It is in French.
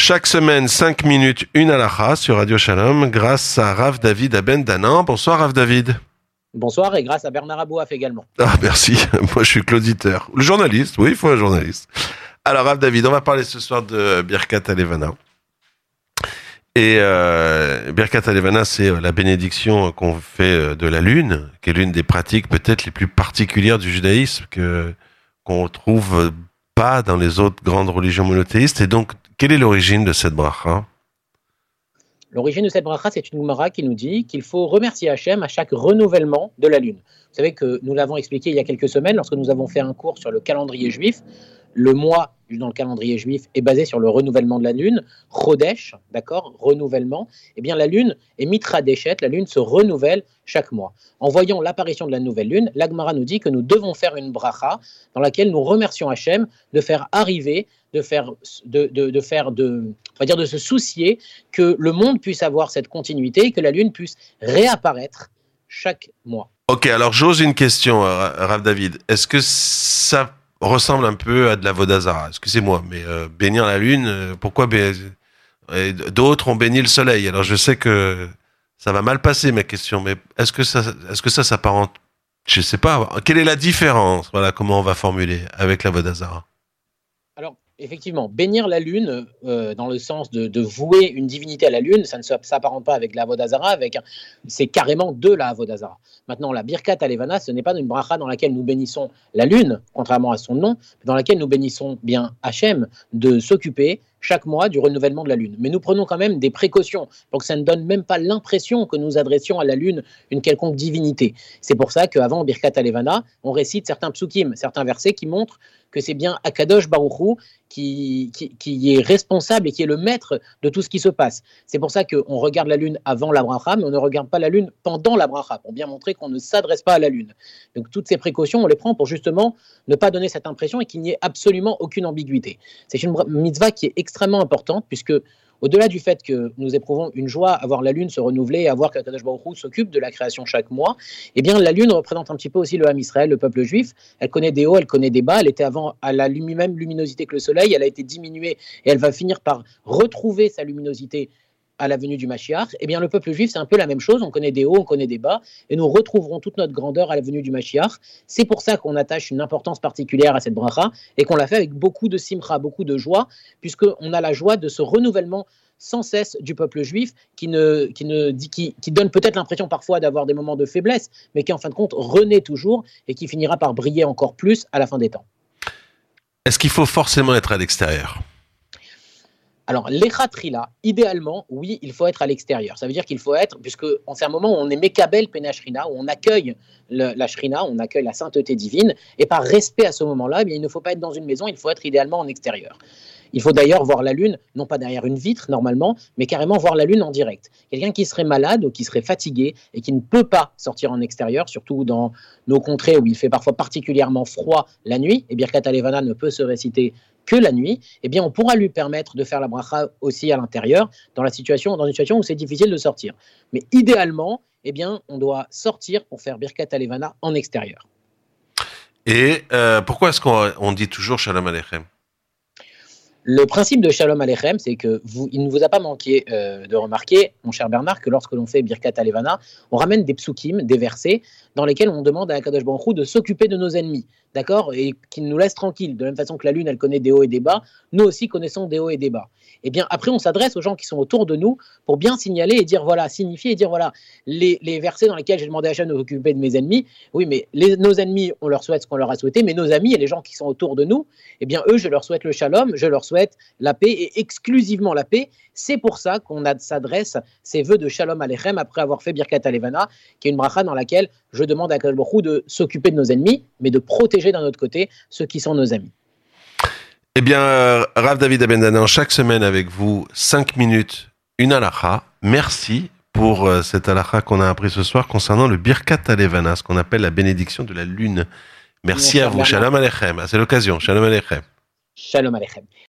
Chaque semaine, 5 minutes, une halakha sur Radio Shalom, grâce à Rav David Aben-Danan. Bonsoir Rav David. Bonsoir et grâce à Bernard Abouaf également. Ah merci, moi je suis que l'auditeur. Le journaliste, oui, il faut un journaliste. Alors Rav David, on va parler ce soir de Birkat Halevana. Et Birkat Halevana, c'est la bénédiction qu'on fait de la lune, qui est l'une des pratiques peut-être les plus particulières du judaïsme, qu'on trouve pas dans les autres grandes religions monothéistes. Et donc, quelle est l'origine de cette bracha? L'origine de cette bracha, c'est une Gemara qui nous dit qu'il faut remercier Hachem à chaque renouvellement de la lune. Vous savez que nous l'avons expliqué il y a quelques semaines lorsque nous avons fait un cours sur le calendrier juif. Le mois dans le calendrier juif est basé sur le renouvellement de la lune, Chodesh, d'accord, renouvellement. Eh bien, la lune est Mitra Deshet, la lune se renouvelle chaque mois. En voyant l'apparition de la nouvelle lune, la Gemara nous dit que nous devons faire une bracha dans laquelle nous remercions Hachem de faire arriver, de se soucier que le monde puisse avoir cette continuité et que la lune puisse réapparaître chaque mois. Ok, alors j'ose une question, Rav David. Est-ce que ça ressemble un peu à de la Vodazara? Excusez-moi, mais bénir la lune, pourquoi d'autres ont béni le soleil? Alors je sais que ça va mal passer ma question, mais est-ce que ça s'apparente? Je sais pas. Quelle est la différence? Voilà comment on va formuler avec la Vodazara. Alors, effectivement, bénir la lune, dans le sens de vouer une divinité à la lune, ça ne s'apparente pas avec la Avodazara, c'est carrément de la Avodazara. Maintenant, la Birkat Halevana, ce n'est pas une bracha dans laquelle nous bénissons la lune, contrairement à son nom, mais dans laquelle nous bénissons bien Hachem de s'occuper chaque mois du renouvellement de la lune. Mais nous prenons quand même des précautions pour que ça ne donne même pas l'impression que nous adressions à la lune une quelconque divinité. C'est pour ça qu'avant Birkat Halevana, on récite certains psukim, certains versets qui montrent que c'est bien Akadosh Baruch Hu qui est responsable et qui est le maître de tout ce qui se passe. C'est pour ça qu'on regarde la lune avant la bracha, mais on ne regarde pas la lune pendant la bracha, pour bien montrer qu'on ne s'adresse pas à la lune. Donc toutes ces précautions, on les prend pour justement ne pas donner cette impression et qu'il n'y ait absolument aucune ambiguïté. C'est une mitzvah qui est extrêmement importante, puisque au-delà du fait que nous éprouvons une joie à voir la lune se renouveler, à voir qu'Akadosh Baruch Hu s'occupe de la création chaque mois, eh bien la lune représente un petit peu aussi le Ham Israël, le peuple juif. Elle connaît des hauts, elle connaît des bas. Elle était avant à la même luminosité que le soleil. Elle a été diminuée et elle va finir par retrouver sa luminosité à la venue du Mashiach. Eh bien le peuple juif, c'est un peu la même chose. On connaît des hauts, on connaît des bas, et nous retrouverons toute notre grandeur à la venue du Mashiach. C'est pour ça qu'on attache une importance particulière à cette bracha et qu'on l'a fait avec beaucoup de simcha, beaucoup de joie, puisqu'on a la joie de ce renouvellement sans cesse du peuple juif qui donne peut-être l'impression parfois d'avoir des moments de faiblesse, mais qui en fin de compte renaît toujours et qui finira par briller encore plus à la fin des temps. Est-ce qu'il faut forcément être à l'extérieur? Alors, l'Echatrila, idéalement, oui, il faut être à l'extérieur. Ça veut dire qu'il faut être, puisque c'est un moment où on est Mekabel Pena Shrina, où on accueille la Shrina, on accueille la sainteté divine, et par respect à ce moment-là, eh bien, il ne faut pas être dans une maison, il faut être idéalement en extérieur. Il faut d'ailleurs voir la lune, non pas derrière une vitre normalement, mais carrément voir la lune en direct. Quelqu'un qui serait malade ou qui serait fatigué et qui ne peut pas sortir en extérieur, surtout dans nos contrées où il fait parfois particulièrement froid la nuit, et Birkat Halevana ne peut se réciter que la nuit, eh bien on pourra lui permettre de faire la bracha aussi à l'intérieur, dans une situation où c'est difficile de sortir. Mais idéalement, eh bien, on doit sortir pour faire Birkat Halevana en extérieur. Et pourquoi est-ce qu'on dit toujours Shalom Aleichem? Le principe de Shalom Aleichem, c'est que il ne vous a pas manqué de remarquer, mon cher Bernard, que lorsque l'on fait Birkat Halevana, on ramène des psukim, des versets, dans lesquels on demande à Akadosh Baruch Hu de s'occuper de nos ennemis, d'accord, et qu'il nous laisse tranquilles. De la même façon que la lune, elle connaît des hauts et des bas, nous aussi connaissons des hauts et des bas. Et bien après, on s'adresse aux gens qui sont autour de nous pour bien signaler et dire voilà, signifier et dire voilà, les versets dans lesquels j'ai demandé à Hachem de s'occuper de mes ennemis. Oui, mais nos ennemis, on leur souhaite ce qu'on leur a souhaité, mais nos amis et les gens qui sont autour de nous, eh bien eux, je leur souhaite le shalom, je leur souhaite la paix et exclusivement la paix. C'est pour ça qu'on s'adresse ces vœux de Shalom Aleichem après avoir fait Birkat Halevana, qui est une bracha dans laquelle je demande à Akadosh Baruch Hu de s'occuper de nos ennemis, mais de protéger d'un autre côté ceux qui sont nos amis. Eh bien, Rav David Aben-Danan, chaque semaine avec vous, 5 minutes, une halakha. Merci pour cette halakha qu'on a appris ce soir concernant le Birkat Halevana, ce qu'on appelle la bénédiction de la lune. Merci à vous. Shalom Aleichem. C'est l'occasion. Shalom Aleichem. Shalom Aleichem.